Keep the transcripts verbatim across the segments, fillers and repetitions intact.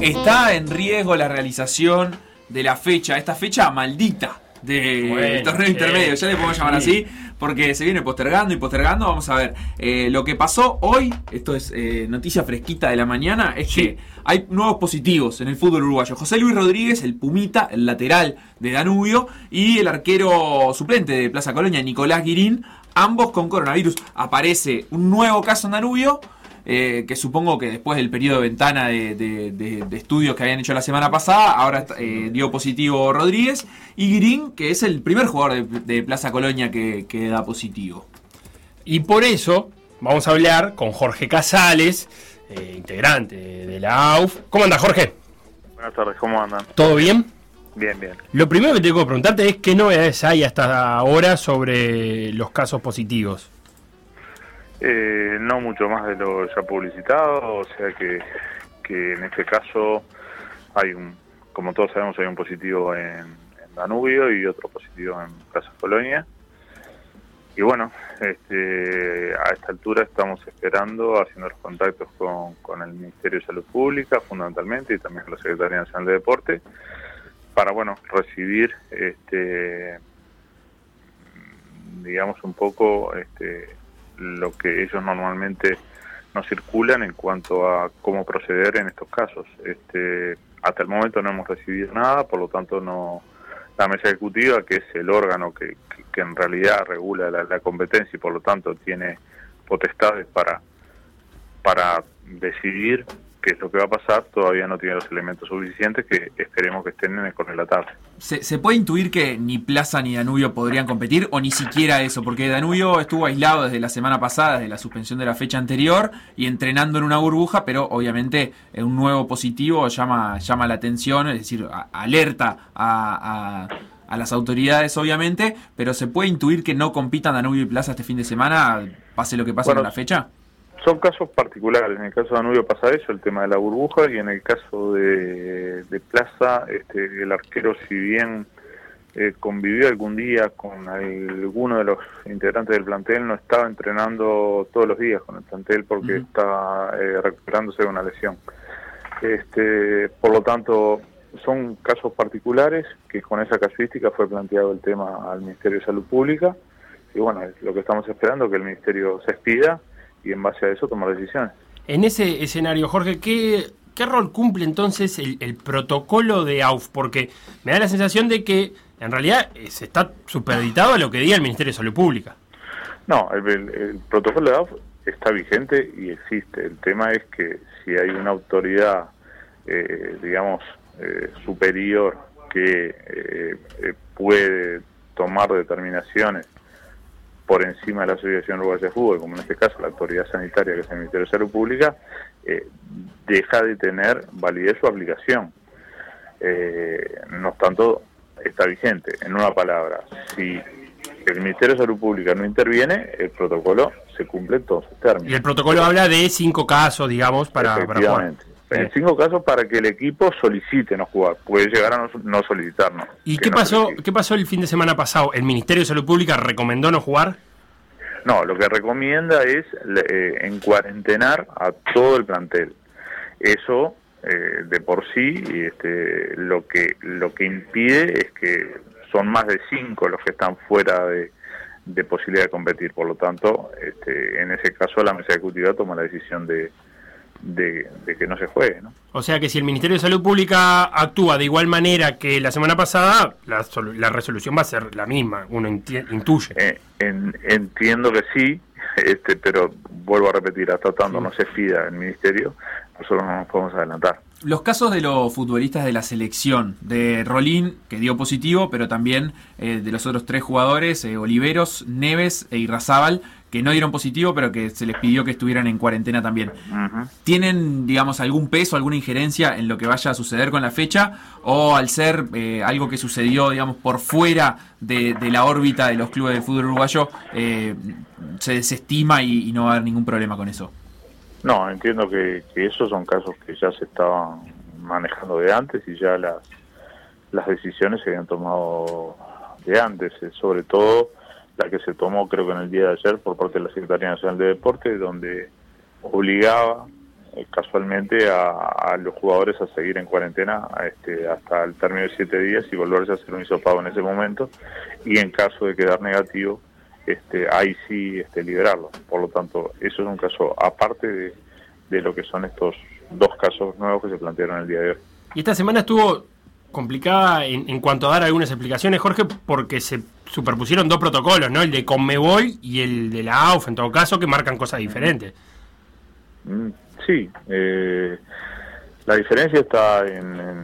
Está en riesgo la realización de la fecha, esta fecha maldita del bueno, torneo eh, intermedio, ya le podemos llamar sí. así, porque se viene postergando y postergando. Vamos a ver, eh, lo que pasó hoy, esto es eh, noticia fresquita de la mañana, es sí. que hay nuevos positivos en el fútbol uruguayo. José Luis Rodríguez, el Pumita, el lateral de Danubio, y el arquero suplente de Plaza Colonia, Nicolás Guirín, ambos con coronavirus. Aparece un nuevo caso en Danubio, Eh, que supongo que después del periodo de ventana de, de, de, de estudios que habían hecho la semana pasada, ahora eh, dio positivo Rodríguez, y Guirín, que es el primer jugador de, de Plaza Colonia que, que da positivo. Y por eso vamos a hablar con Jorge Casales, eh, integrante de la A U F. ¿Cómo anda, Jorge? Buenas tardes, ¿cómo andan? ¿Todo bien? Bien, bien. Lo primero que tengo que preguntarte es qué novedades hay hasta ahora sobre los casos positivos. Eh, no mucho más de lo ya publicitado, o sea que, que en este caso hay un, como todos sabemos, hay un positivo en, en Danubio y otro positivo en Plaza Colonia. Y bueno, este, a esta altura estamos esperando, haciendo los contactos con, con el Ministerio de Salud Pública, fundamentalmente, y también con la Secretaría Nacional de Deporte, para, bueno, recibir, este, digamos, un poco este, lo que ellos normalmente nos circulan en cuanto a cómo proceder en estos casos. Este, hasta el momento no hemos recibido nada, por lo tanto no, la mesa ejecutiva, que es el órgano que, que, que en realidad regula la, la competencia y por lo tanto tiene potestades para, para decidir qué es lo que va a pasar, todavía no tiene los elementos suficientes que esperemos que estén en el correlatario. ¿Se, ¿Se puede intuir que ni Plaza ni Danubio podrían competir o ni siquiera eso? Porque Danubio estuvo aislado desde la semana pasada, desde la suspensión de la fecha anterior y entrenando en una burbuja, pero obviamente un nuevo positivo llama, llama la atención, es decir, a, alerta a, a, a las autoridades obviamente, pero ¿se puede intuir que no compitan Danubio y Plaza este fin de semana, pase lo que pase bueno, con la fecha? Son casos particulares. En el caso de Danubio pasa eso, el tema de la burbuja, y en el caso de, de Plaza, este, el arquero, si bien eh, convivió algún día con alguno de los integrantes del plantel, no estaba entrenando todos los días con el plantel porque uh-huh. estaba eh, recuperándose de una lesión. Este, por lo tanto, son casos particulares que con esa casuística fue planteado el tema al Ministerio de Salud Pública, y bueno, es lo que estamos esperando, que el Ministerio se expida y en base a eso tomar decisiones. En ese escenario, Jorge, ¿qué, qué rol cumple entonces el, el protocolo de A U F? Porque me da la sensación de que en realidad se está supeditado a lo que diga el Ministerio de Salud Pública. No, el, el, el protocolo de A U F está vigente y existe. El tema es que si hay una autoridad, eh, digamos, eh, superior que eh, eh, puede tomar determinaciones por encima de la Asociación Uruguaya de Fútbol, como en este caso la autoridad sanitaria, que es el Ministerio de Salud Pública, eh, deja de tener validez su aplicación. Eh, no obstante, está vigente. En una palabra, si el Ministerio de Salud Pública no interviene, el protocolo se cumple en todos sus términos. Y el protocolo habla de cinco casos, digamos, para, para jugar. En cinco casos para que el equipo solicite no jugar. Puede llegar a no, no solicitarnos. ¿Y qué no pasó solicite. qué pasó el fin de semana pasado? ¿El Ministerio de Salud Pública recomendó no jugar? No, lo que recomienda es eh, encuarentenar a todo el plantel. Eso, eh, de por sí, este, lo que lo que impide es que son más de cinco los que están fuera de, de posibilidad de competir. Por lo tanto, este, en ese caso la mesa ejecutiva toma la decisión de De, de que no se juegue, ¿no? O sea que si el Ministerio de Salud Pública actúa de igual manera que la semana pasada, la, la resolución va a ser la misma, uno intuye. Eh, en, entiendo que sí, este, pero vuelvo a repetir, hasta tanto sí. no se pida el Ministerio, nosotros no nos podemos adelantar. Los casos de los futbolistas de la selección, de Rolín, que dio positivo, pero también eh, de los otros tres jugadores, eh, Oliveros, Neves e Irrazábal, que no dieron positivo, pero que se les pidió que estuvieran en cuarentena también. Uh-huh. ¿Tienen, digamos, algún peso, alguna injerencia en lo que vaya a suceder con la fecha? ¿O al ser eh, algo que sucedió, digamos, por fuera de, de la órbita de los clubes de fútbol uruguayo, eh, se desestima y, y no va a haber ningún problema con eso? No, entiendo que, que esos son casos que ya se estaban manejando de antes y ya las, las decisiones se habían tomado de antes, eh, sobre todo la que se tomó creo que en el día de ayer por parte de la Secretaría Nacional de Deporte, donde obligaba eh, casualmente a, a los jugadores a seguir en cuarentena este, hasta el término de siete días y volverse a hacer un hisopado en ese momento, y en caso de quedar negativo, este, ahí sí este, liberarlo. Por lo tanto, eso es un caso aparte de, de lo que son estos dos casos nuevos que se plantearon el día de hoy. Y esta semana estuvo complicada en, en cuanto a dar algunas explicaciones, Jorge, porque se superpusieron dos protocolos, ¿no? El de Conmebol y el de la A U F, en todo caso, que marcan cosas diferentes. Mm, sí, eh, la diferencia está en, en, en,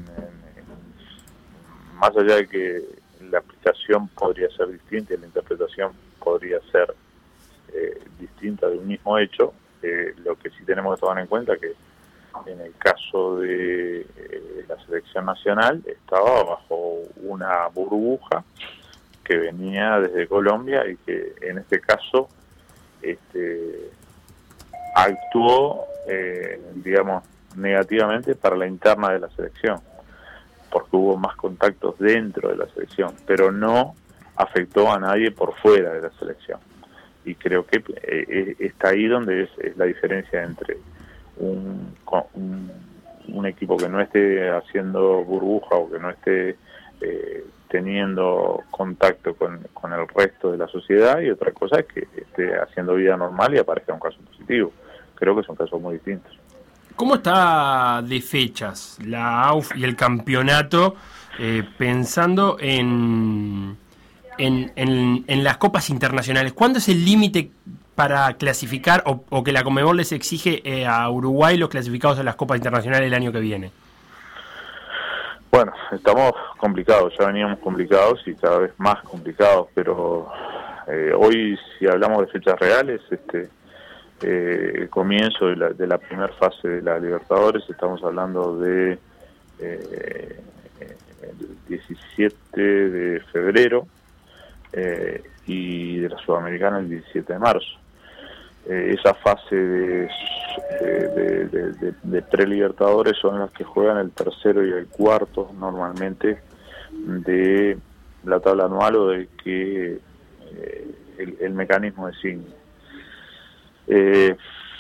más allá de que la aplicación podría ser distinta y la interpretación podría ser eh, distinta de un mismo hecho, eh, lo que sí tenemos que tomar en cuenta que en el caso de eh, la selección nacional estaba bajo una burbuja que venía desde Colombia y que en este caso este, actuó, eh, digamos, negativamente para la interna de la selección, porque hubo más contactos dentro de la selección, pero no afectó a nadie por fuera de la selección. Y creo que eh, está ahí donde es, es la diferencia entre Un, un, un equipo que no esté haciendo burbuja o que no esté eh, teniendo contacto con, con el resto de la sociedad, y otra cosa es que esté haciendo vida normal y aparezca un caso positivo. Creo que son casos muy distintos. ¿Cómo está de fechas la A U F y el campeonato eh, pensando en, en, en, en las copas internacionales? ¿Cuándo es el límite para clasificar o, o que la Conmebol les exige eh, a Uruguay los clasificados a las copas internacionales el año que viene? Bueno, estamos complicados, ya veníamos complicados y cada vez más complicados, pero eh, hoy, si hablamos de fechas reales, este eh, el comienzo de la, de la primera fase de la Libertadores, estamos hablando de eh, el diecisiete de febrero eh, y de la Sudamericana el diecisiete de marzo. Eh, esa fase de, de, de, de, de pre-Libertadores son las que juegan el tercero y el cuarto normalmente de la tabla anual o de que eh, el, el mecanismo designe. Eh,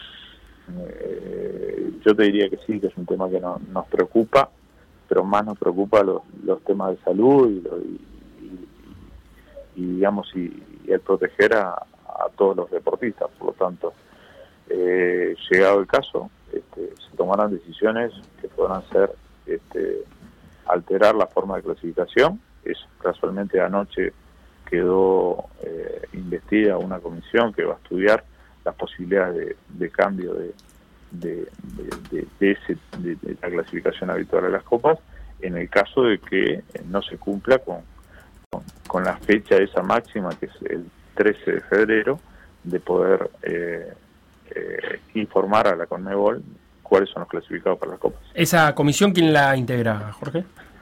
eh, yo te diría que sí, que es un tema que no, nos preocupa, pero más nos preocupa los, los temas de salud y, lo, y, y, y digamos y, y el proteger a a todos los deportistas. Por lo tanto, eh, llegado el caso, este, se tomarán decisiones que podrán ser este, alterar la forma de clasificación. Es, casualmente anoche quedó eh, investida una comisión que va a estudiar las posibilidades de, de cambio de, de, de, de, de, ese, de, de la clasificación habitual de las copas, en el caso de que no se cumpla con, con, con la fecha esa máxima, que es el trece de febrero, de poder eh, eh, informar a la Conmebol cuáles son los clasificados para las copas. ¿Esa comisión quién la integra, Jorge?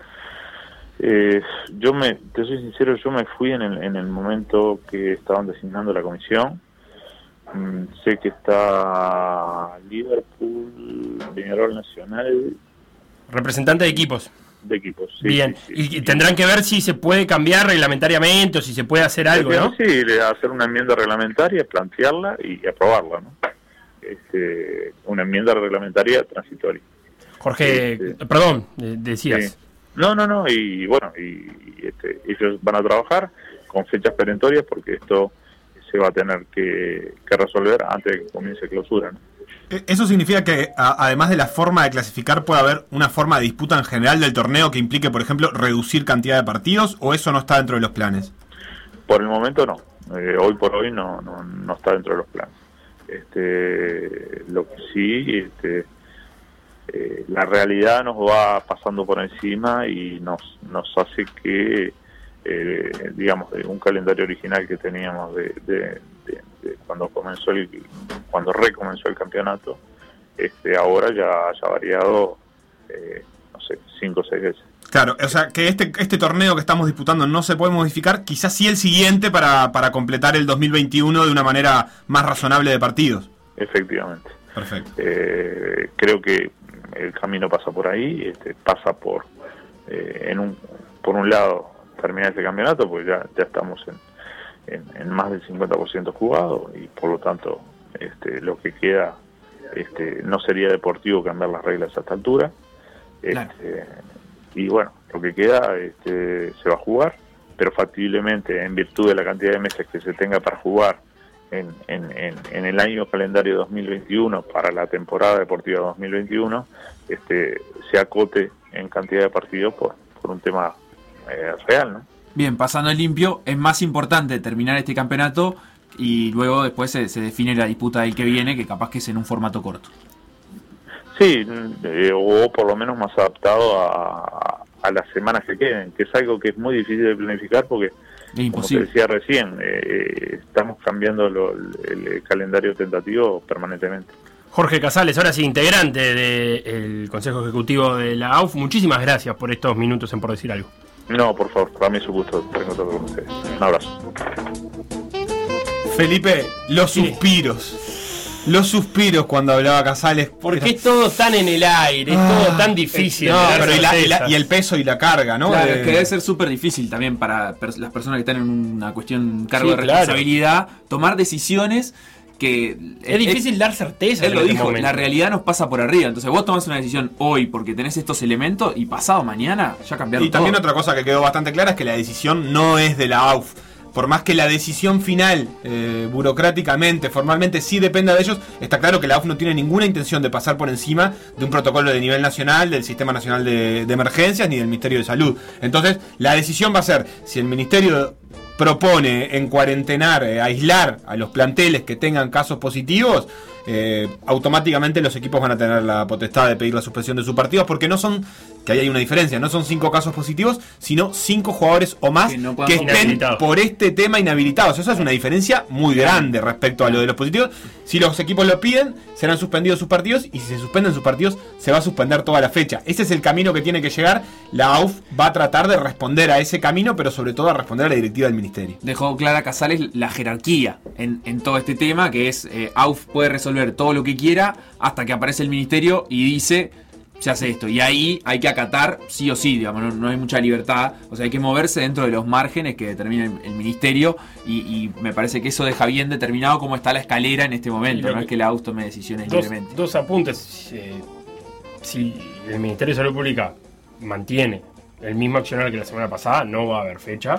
Eh, yo me, te soy sincero, yo me fui en el, en el momento que estaban designando la comisión. Mm, sé que está Liverpool, Peñarol Nacional. Representante de equipos. De equipos, sí. Bien, sí, sí, y sí. Tendrán que ver si se puede cambiar reglamentariamente o si se puede hacer algo, ¿no? Sí, hacer una enmienda reglamentaria, plantearla y aprobarla, ¿no? Este, una enmienda reglamentaria transitoria. Jorge, este, perdón, decías. Sí. No, no, no, y bueno, y, y este, ellos van a trabajar con fechas perentorias porque esto se va a tener que, que resolver antes de que comience clausura, ¿no? ¿Eso significa que, a, además de la forma de clasificar, puede haber una forma de disputa en general del torneo que implique, por ejemplo, reducir cantidad de partidos, o eso no está dentro de los planes? Por el momento no. Eh, hoy por hoy no, no, no está dentro de los planes. Este, lo que sí, este, eh, la realidad nos va pasando por encima y nos, nos hace que, eh, digamos, de un calendario original que teníamos de, de, de, de cuando comenzó el cuando recomenzó el campeonato, este ahora ya haya variado, eh, no sé, cinco o seis veces. Claro, o sea, que este este torneo que estamos disputando no se puede modificar, quizás sí el siguiente para, para completar el dos mil veintiuno de una manera más razonable de partidos. Efectivamente. Perfecto. Eh, creo que el camino pasa por ahí, este, pasa por, eh, en un por un lado, terminar este campeonato, pues ya, ya estamos en, en, en más del cincuenta por ciento jugado y por lo tanto este, lo que queda este, no sería deportivo cambiar las reglas a esta altura. Claro. Este, y bueno, lo que queda este, se va a jugar, pero factiblemente, en virtud de la cantidad de meses que se tenga para jugar en, en, en, en el año calendario dos mil veintiuno para la temporada deportiva dos mil veintiuno, este, se acote en cantidad de partidos por, por un tema eh, real, ¿no? Bien, pasando el limpio, es más importante terminar este campeonato y luego después se, se define la disputa del que viene, que capaz que es en un formato corto. Sí, eh, o por lo menos más adaptado a, a las semanas que queden, que es algo que es muy difícil de planificar porque, como te decía recién, eh, estamos cambiando lo, el, el calendario tentativo permanentemente. Jorge Casales, ahora sí, integrante del Consejo Ejecutivo de la A U F, muchísimas gracias por estos minutos en Por Decir Algo. No, por favor, para mí es un gusto estar en contacto con ustedes. Un abrazo. Felipe, los sí. suspiros. Los suspiros cuando hablaba Casales. Porque es todo tan en el aire, es ah, todo tan difícil. No, pero y, la, y, la, y el peso y la carga, ¿no? Claro, de... es que debe ser súper difícil también para pers- las personas que están en una cuestión, cargo sí, de responsabilidad, claro. tomar decisiones que... Es, es difícil es, dar certeza. Él lo dijo, momento. La realidad nos pasa por arriba. Entonces vos tomás una decisión hoy porque tenés estos elementos y pasado mañana ya cambiaron Y también todo. Otra cosa que quedó bastante clara es que la decisión no es de la A U F. Por más que la decisión final, eh, burocráticamente, formalmente, sí dependa de ellos, está claro que la A U F no tiene ninguna intención de pasar por encima de un protocolo de nivel nacional, del Sistema Nacional de, de Emergencias, ni del Ministerio de Salud. Entonces, la decisión va a ser, si el Ministerio propone en cuarentenar, eh, aislar a los planteles que tengan casos positivos, eh, automáticamente los equipos van a tener la potestad de pedir la suspensión de sus partidos, porque no son, que ahí hay una diferencia, no son cinco casos positivos, sino cinco jugadores o más que, no que estén por este tema inhabilitados. Eso es una diferencia muy grande respecto a lo de los positivos. Si los equipos lo piden, serán suspendidos sus partidos, y si se suspenden sus partidos, se va a suspender toda la fecha. Ese es el camino que tiene que llegar. La A U F va a tratar de responder a ese camino, pero sobre todo a responder a la directiva del Ministerio. Dejó clara Casales la jerarquía en, en todo este tema, que es eh, A U F puede resolver todo lo que quiera hasta que aparece el Ministerio y dice se hace esto, y ahí hay que acatar sí o sí, digamos, no, no hay mucha libertad, o sea, hay que moverse dentro de los márgenes que determina el, el Ministerio, y, y me parece que eso deja bien determinado cómo está la escalera en este momento, no es que la A U F tome decisiones dos, libremente. Dos apuntes, eh, si el Ministerio de Salud Pública mantiene el mismo accionar que la semana pasada, no va a haber fecha,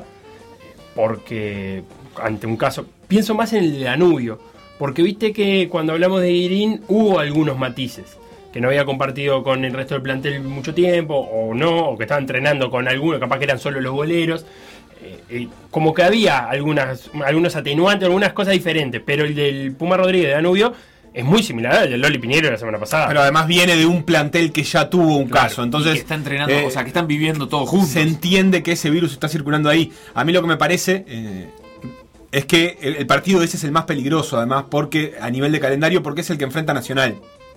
porque ante un caso, pienso más en el de Danubio, porque viste que cuando hablamos de Guirín hubo algunos matices, que no había compartido con el resto del plantel mucho tiempo, o no, o que estaba entrenando con algunos, capaz que eran solo los boleros, eh, eh, como que había algunas, algunos atenuantes, algunas cosas diferentes, pero el del Puma Rodríguez de Danubio es muy similar al del Loli Piñero de la semana pasada. Pero además viene de un plantel que ya tuvo un claro, caso, entonces... que está entrenando, eh, o sea, que están viviendo todos juntos. Se entiende que ese virus está circulando ahí. A mí lo que me parece... Eh, es que el, el partido ese es el más peligroso, además, porque a nivel de calendario, porque es el que enfrenta a Nacional.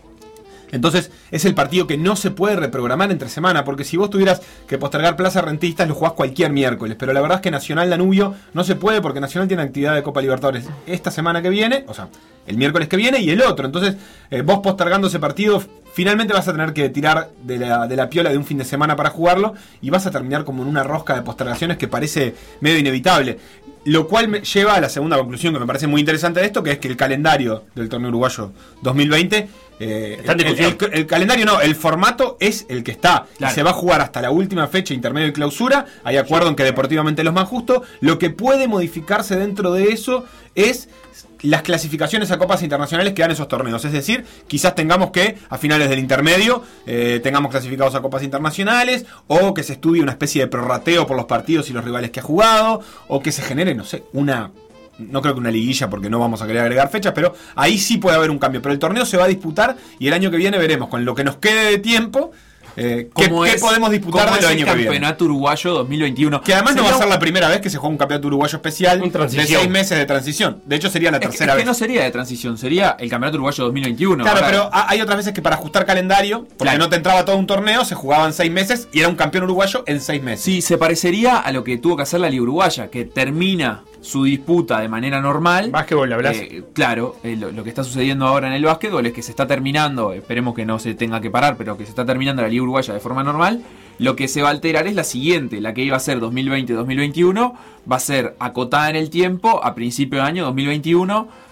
Entonces, es el partido que no se puede reprogramar entre semana, porque si vos tuvieras que postergar Plaza Rentistas, lo jugás cualquier miércoles. Pero la verdad es que Nacional Danubio no se puede, porque Nacional tiene actividad de Copa Libertadores esta semana que viene, o sea, el miércoles que viene y el otro. Entonces, eh, vos postergando ese partido, finalmente vas a tener que tirar de la, de la piola de un fin de semana para jugarlo, y vas a terminar como en una rosca de postergaciones que parece medio inevitable. Lo cual me lleva a la segunda conclusión que me parece muy interesante de esto, que es que el calendario del torneo uruguayo dos mil veinte, eh, el, el, el, el calendario no, el formato es el que está. Claro. Se va a jugar hasta la última fecha intermedio y clausura. Hay acuerdo sí. en que deportivamente es lo más justo. Lo que puede modificarse dentro de eso es las clasificaciones a copas internacionales que dan esos torneos. Es decir, quizás tengamos que a finales del intermedio eh, tengamos clasificados a copas internacionales, o que se estudie una especie de prorrateo por los partidos y los rivales que ha jugado, o que se genere, no sé, una... No creo que una liguilla, porque no vamos a querer agregar fechas, pero ahí sí puede haber un cambio. Pero el torneo se va a disputar y el año que viene veremos, con lo que nos quede de tiempo, Eh, ¿Qué, ¿Qué podemos disputar del año que viene? Campeonato Uruguayo dos mil veintiuno. Que además no va a ser la primera vez que se juega un campeonato uruguayo especial de seis meses de transición. De hecho sería la tercera es que, vez. Es que no sería de transición, sería el campeonato uruguayo dos mil veintiuno. Claro, pero hay otras veces que para ajustar calendario, porque claro. no te entraba todo un torneo, se jugaban seis meses y era un campeón uruguayo en seis meses. Sí, se parecería a lo que tuvo que hacer la Liga Uruguaya, que termina su disputa de manera normal. Básquetbol, hablas. Eh, claro, eh, lo, lo que está sucediendo ahora en el básquetbol es que se está terminando, esperemos que no se tenga que parar, pero que se está terminando la Liga Uruguaya de forma normal. Lo que se va a alterar es la siguiente, la que iba a ser dos mil veinte dos mil veintiuno, va a ser acotada en el tiempo a principio de año dos mil veintiuno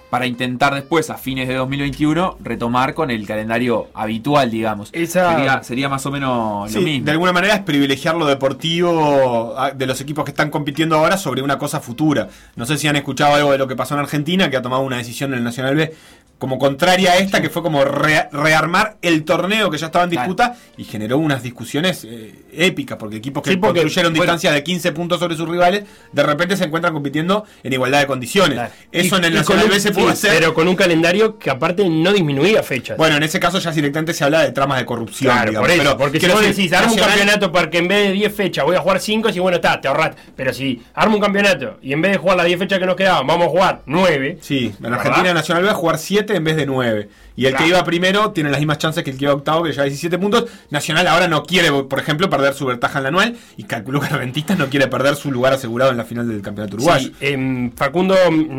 para intentar después, a fines de dos mil veintiuno, retomar con el calendario habitual, digamos. Esa... Sería, sería más o menos sí, lo mismo. De alguna manera es privilegiar lo deportivo de los equipos que están compitiendo ahora sobre una cosa futura. No sé si han escuchado algo de lo que pasó en Argentina, que ha tomado una decisión en el Nacional B como contraria a esta, que fue como re, rearmar el torneo que ya estaba en disputa, claro. Y generó unas discusiones eh, épicas, porque equipos que sí, porque, construyeron bueno, distancias de quince puntos sobre sus rivales, de repente se encuentran compitiendo en igualdad de condiciones. Claro. Eso y, en el Nacional B se pudo hacer. Pero con un calendario que aparte no disminuía fechas. Bueno, en ese caso ya directamente se habla de tramas de corrupción. Claro, digamos, por eso, pero, porque si vos decís, arma un campeonato para que en vez de diez fechas voy a jugar cinco, y bueno, está, te ahorrás. Pero si arma un campeonato y en vez de jugar las diez fechas que nos quedaban, vamos a jugar nueve. Sí, en Argentina Nacional B va a jugar siete en vez de nueve. Y el claro. que iba primero tiene las mismas chances que el que iba octavo, que lleva diecisiete puntos. Nacional ahora no quiere, por ejemplo, perder su ventaja en la anual. Y calculo que Rentistas no quiere perder su lugar asegurado en la final del campeonato uruguayo. Sí, eh, Facundo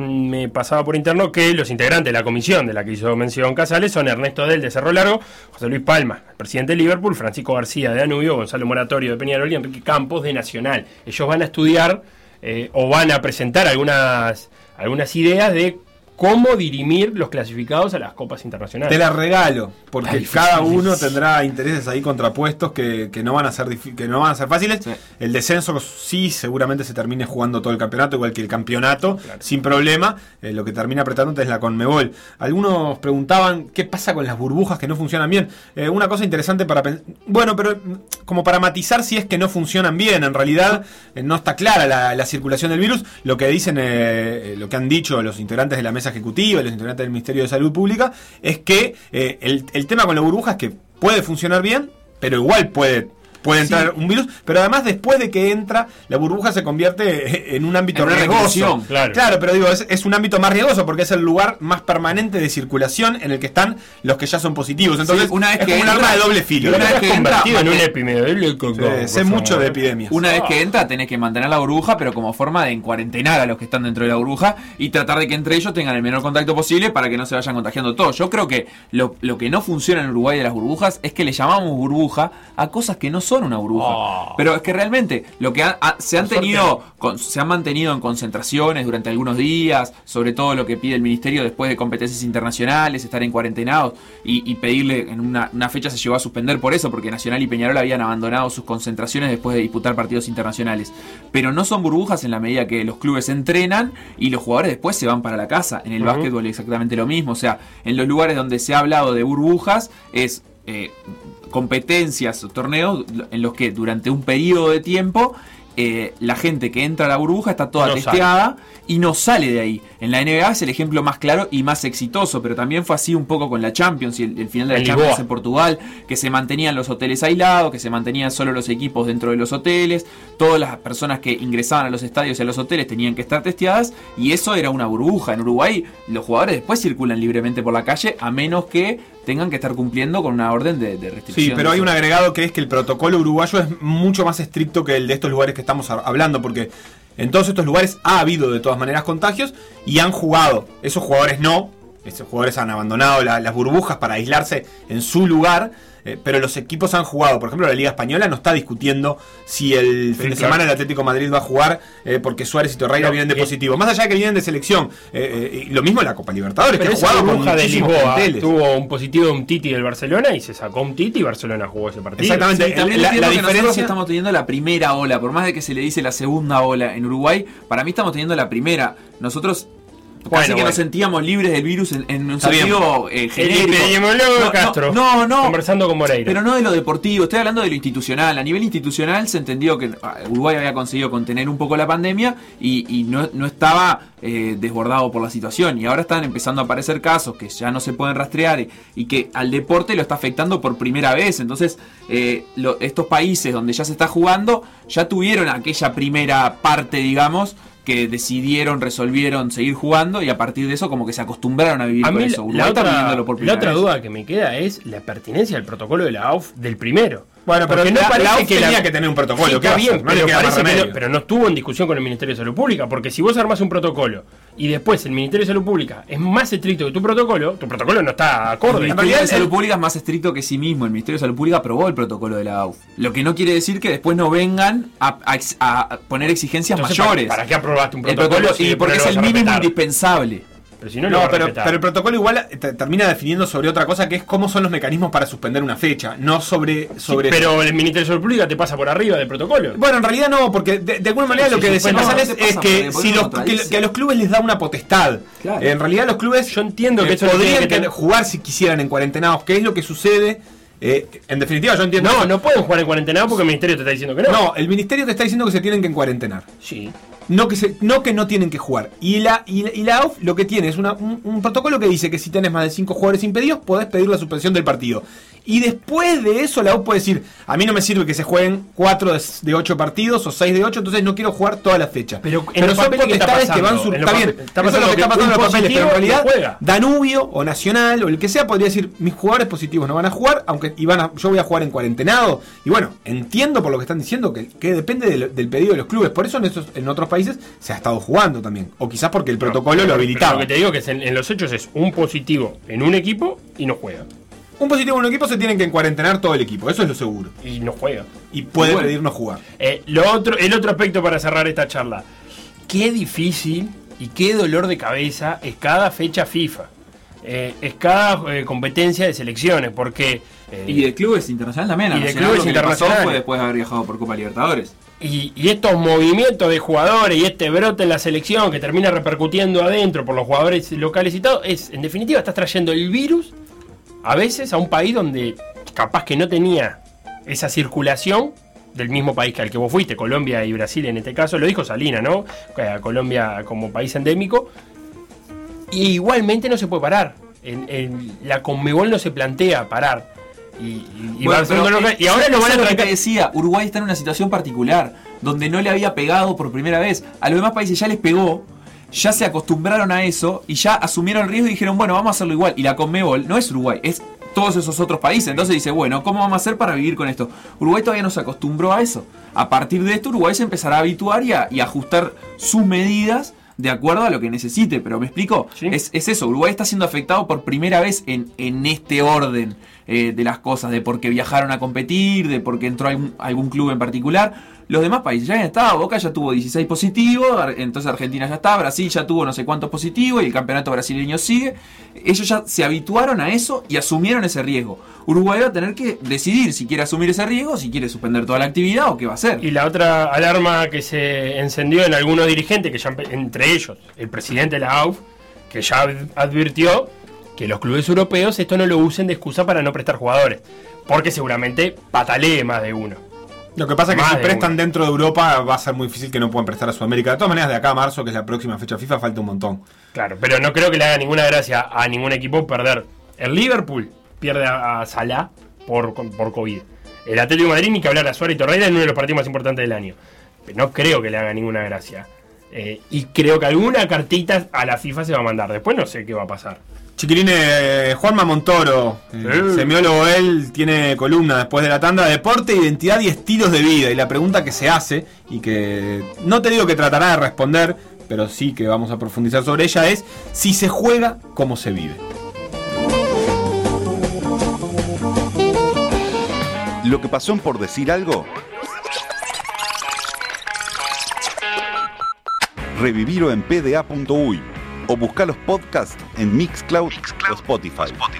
me pasaba por interno que los integrantes de la comisión de la que hizo mención Casales son Ernesto Del de Cerro Largo, José Luis Palma, el presidente de Liverpool, Francisco García de Danubio, Gonzalo Moratorio de Peñarol y Enrique Campos de Nacional. Ellos van a estudiar eh, o van a presentar algunas, algunas ideas de cómo dirimir los clasificados a las copas internacionales. Te la regalo, porque Ay, cada uno tendrá intereses ahí contrapuestos que, que no van a ser que no van a ser fáciles. Sí. El descenso sí seguramente se termine jugando todo el campeonato, igual que el campeonato, claro. sin problema. Eh, lo que termina apretándote es la Conmebol. Algunos preguntaban qué pasa con las burbujas que no funcionan bien. Eh, una cosa interesante para pensar, bueno, pero como para matizar si es que no funcionan bien. En realidad eh, no está clara la, la circulación del virus. Lo que dicen, eh, lo que han dicho los integrantes de la mesa ejecutiva y los integrantes del Ministerio de Salud Pública es que eh, el, el tema con la burbuja es que puede funcionar bien, pero igual puede puede entrar sí. un virus, pero además después de que entra, la burbuja se convierte en un ámbito en riesgoso. Claro. claro, pero digo, es, es un ámbito más riesgoso porque es el lugar más permanente de circulación en el que están los que ya son positivos. Entonces, sí, una vez es que como entra, un arma de doble filo. Una vez que entra, en un epidemia. Sí, sé mucho de epidemias. Una vez que entra, tenés que mantener la burbuja, pero como forma de encuarentenar a los que están dentro de la burbuja y tratar de que entre ellos tengan el menor contacto posible para que no se vayan contagiando todos. Yo creo que lo, lo que no funciona en Uruguay de las burbujas es que le llamamos burbuja a cosas que no son una burbuja. Oh. Pero es que realmente lo que ha, ha, se han tenido con, se han mantenido en concentraciones durante algunos días, sobre todo lo que pide el ministerio después de competencias internacionales, estar en cuarentenados y, y pedirle en una, una fecha se llegó a suspender por eso, porque Nacional y Peñarol habían abandonado sus concentraciones después de disputar partidos internacionales. Pero no son burbujas en la medida que los clubes entrenan y los jugadores después se van para la casa. En el uh-huh. básquetbol es exactamente lo mismo. O sea, en los lugares donde se ha hablado de burbujas es eh, competencias o torneos en los que durante un periodo de tiempo eh, la gente que entra a la burbuja está toda no testeada sale. Y no sale de ahí. En la N B A es el ejemplo más claro y más exitoso, pero también fue así un poco con la Champions y el, el final de la el Champions Lisboa. En Portugal, que se mantenían los hoteles aislados, que se mantenían solo los equipos dentro de los hoteles, todas las personas que ingresaban a los estadios y a los hoteles tenían que estar testeadas y eso era una burbuja. En Uruguay los jugadores después circulan libremente por la calle a menos que tengan que estar cumpliendo con una orden de, de restricción. Sí, pero hay un agregado que es que el protocolo uruguayo es mucho más estricto que el de estos lugares que estamos hablando, porque en todos estos lugares ha habido de todas maneras contagios y han jugado. Esos jugadores no, esos jugadores han abandonado la, las burbujas para aislarse en su lugar, eh, pero los equipos han jugado. Por ejemplo, la Liga Española no está discutiendo si el sí, fin de claro. semana el Atlético de Madrid va a jugar eh, porque Suárez y Torreira no, vienen de eh, positivo. Más allá de que vienen de selección. Eh, eh, lo mismo en la Copa Libertadores, pero que ha jugado con de Lisboa. Tuvo un positivo de un Titi del Barcelona y se sacó un Titi y Barcelona jugó ese partido. Exactamente. Sí, también la, la, la diferencia nosotros estamos teniendo la primera ola, por más de que se le dice la segunda ola en Uruguay, para mí estamos teniendo la primera. Nosotros casi bueno, que bueno. nos sentíamos libres del virus en, en un Está sentido eh, genérico. El no, Castro, no, no, conversando con Moreira. Pero no de lo deportivo, estoy hablando de lo institucional. A nivel institucional se entendió que Uruguay había conseguido contener un poco la pandemia y, y no, no estaba eh, desbordado por la situación. Y ahora están empezando a aparecer casos que ya no se pueden rastrear y, y que al deporte lo está afectando por primera vez. Entonces, eh, lo, estos países donde ya se está jugando ya tuvieron aquella primera parte, digamos, que decidieron, resolvieron seguir jugando y a partir de eso como que se acostumbraron a vivir a con mí eso. Uruguay la otra, por la otra duda que me queda es la pertinencia del protocolo de la A U F del primero. Bueno, pero porque no la, parece la que tenía la, que tener un protocolo. Sí, está bien, no pero, parece que no, pero no estuvo en discusión con el Ministerio de Salud Pública, porque si vos armás un protocolo y después el Ministerio de Salud Pública es más estricto que tu protocolo, tu protocolo no está acorde. El Ministerio de Salud Pública es más estricto que sí mismo. El Ministerio de Salud Pública aprobó el protocolo de la A U F. Lo que no quiere decir que después no vengan a, a, a poner exigencias Entonces, mayores. ¿Para, ¿Para qué aprobaste un protocolo? protocolo si y porque es el mínimo indispensable. Pero si no, No, lo va a pero, respetar. pero el protocolo igual te- termina definiendo sobre otra cosa, que es cómo son los mecanismos para suspender una fecha, no sobre... sobre Sí, pero el Ministerio de Salud Pública te pasa por arriba del protocolo. Bueno, en realidad no, porque de, de alguna manera Sí, lo que sí, decía suspende, González no, te es pasa que, porque si los, otra que, vez. que a los clubes les da una potestad. Claro. En realidad los clubes Yo entiendo que eh, eso lo podrían tiene que que tener- jugar si quisieran en cuarentenados, que es lo que sucede. Eh, en definitiva, yo entiendo... No, no pueden jugar en cuarentena porque el Ministerio te está diciendo que no. No, el ministerio te está diciendo que se tienen que encuarentenar. Sí. No que, se, no que no tienen que jugar. Y la, y la, y la A U F lo que tiene es una, un, un protocolo que dice que si tenés más de cinco jugadores impedidos, podés pedir la suspensión del partido. Y después de eso, la A U F puede decir: a mí no me sirve que se jueguen cuatro de ocho partidos o seis de ocho, entonces no quiero jugar todas las fechas. Pero en los son papeles, ¿qué está potestades que van pasando? sur- En los Está bien, papeles- está eso es lo pasando que está que pasando en un los papeles, pero en positivo realidad no juega. Danubio o Nacional o el que sea podría decir: mis jugadores positivos no van a jugar, aunque y van a, yo voy a jugar en cuarentenado. Y bueno, entiendo por lo que están diciendo que, que depende del, del pedido de los clubes. Por eso en, esos, en otros países se ha estado jugando también. O quizás porque el protocolo Pero- lo pero habilitaba. Lo que te digo que es en, en los hechos es un positivo en un equipo y no juega. Un positivo en un equipo se tienen que encuarentenar todo el equipo, eso es lo seguro. Y no juega. Y puede Bueno. pedir no jugar. Eh, lo otro, el otro aspecto para cerrar esta charla. Qué difícil y qué dolor de cabeza es cada fecha FIFA. Eh, es cada eh, competencia de selecciones, porque... eh, Y de clubes internacionales también. Y a de Nacional clubes lo que le pasó internacionales. fue después de haber viajado por Copa Libertadores. Y, y estos movimientos de jugadores y este brote en la selección que termina repercutiendo adentro por los jugadores locales y todo, es, en definitiva, estás trayendo el virus a veces a un país donde capaz que no tenía esa circulación del mismo país que al que vos fuiste, Colombia y Brasil en este caso, lo dijo Salina, ¿no? A Colombia como país endémico. Y igualmente no se puede parar. En, en- la Conmebol no se plantea parar. Y, y, y Bueno, va- pero, no, no, eh, y ahora eso nos van a es lo que te trancar. decía, Uruguay está en una situación particular donde no le había pegado por primera vez. A los demás países ya les pegó, ya se acostumbraron a eso y ya asumieron el riesgo y dijeron, bueno, vamos a hacerlo igual. Y la Conmebol no es Uruguay, es todos esos otros países. Entonces dice, bueno, ¿cómo vamos a hacer para vivir con esto? Uruguay todavía no se acostumbró a eso. A partir de esto, Uruguay se empezará a habituar y a, y a ajustar sus medidas de acuerdo a lo que necesite. Pero me explico, Sí. es, es eso, Uruguay está siendo afectado por primera vez en, en este orden eh, de las cosas, de porque viajaron a competir, de porque entró algún, algún club en particular. Los demás países ya han estado, Boca ya tuvo dieciséis positivos, Ar- entonces Argentina ya está, Brasil ya tuvo no sé cuántos positivos y el campeonato brasileño sigue. Ellos ya se habituaron a eso y asumieron ese riesgo. Uruguay va a tener que decidir si quiere asumir ese riesgo, si quiere suspender toda la actividad o qué va a hacer. Y la otra alarma que se encendió en algunos dirigentes, que ya empe- entre ellos el presidente de la A U F, que ya ad- advirtió que los clubes europeos esto no lo usen de excusa para no prestar jugadores, porque seguramente patalee más de uno. Lo que pasa es que Más si de prestan uno. dentro de Europa va a ser muy difícil que no puedan prestar a Sudamérica. De todas maneras, de acá a marzo, que es la próxima fecha FIFA, falta un montón. Claro, pero no creo que le haga ninguna gracia a ningún equipo perder. El Liverpool pierde a, a Salah por, por COVID. El Atlético de Madrid, ni que hablar, a Suárez y Torreira en uno de los partidos más importantes del año. Pero no creo que le haga ninguna gracia. Eh, y creo que alguna cartita a la FIFA se va a mandar. Después no sé qué va a pasar. Chiquilines, eh, Juanma Montoro, eh, Sí. semiólogo él, tiene columna después de la tanda: deporte, identidad y estilos de vida. Y la pregunta que se hace, y que no te digo que tratará de responder, pero sí que vamos a profundizar sobre ella, es si se juega, cómo se vive. Lo que pasó en Por Decir Algo, revivirlo en p d a punto u y o buscar los podcasts en Mixcloud o Spotify.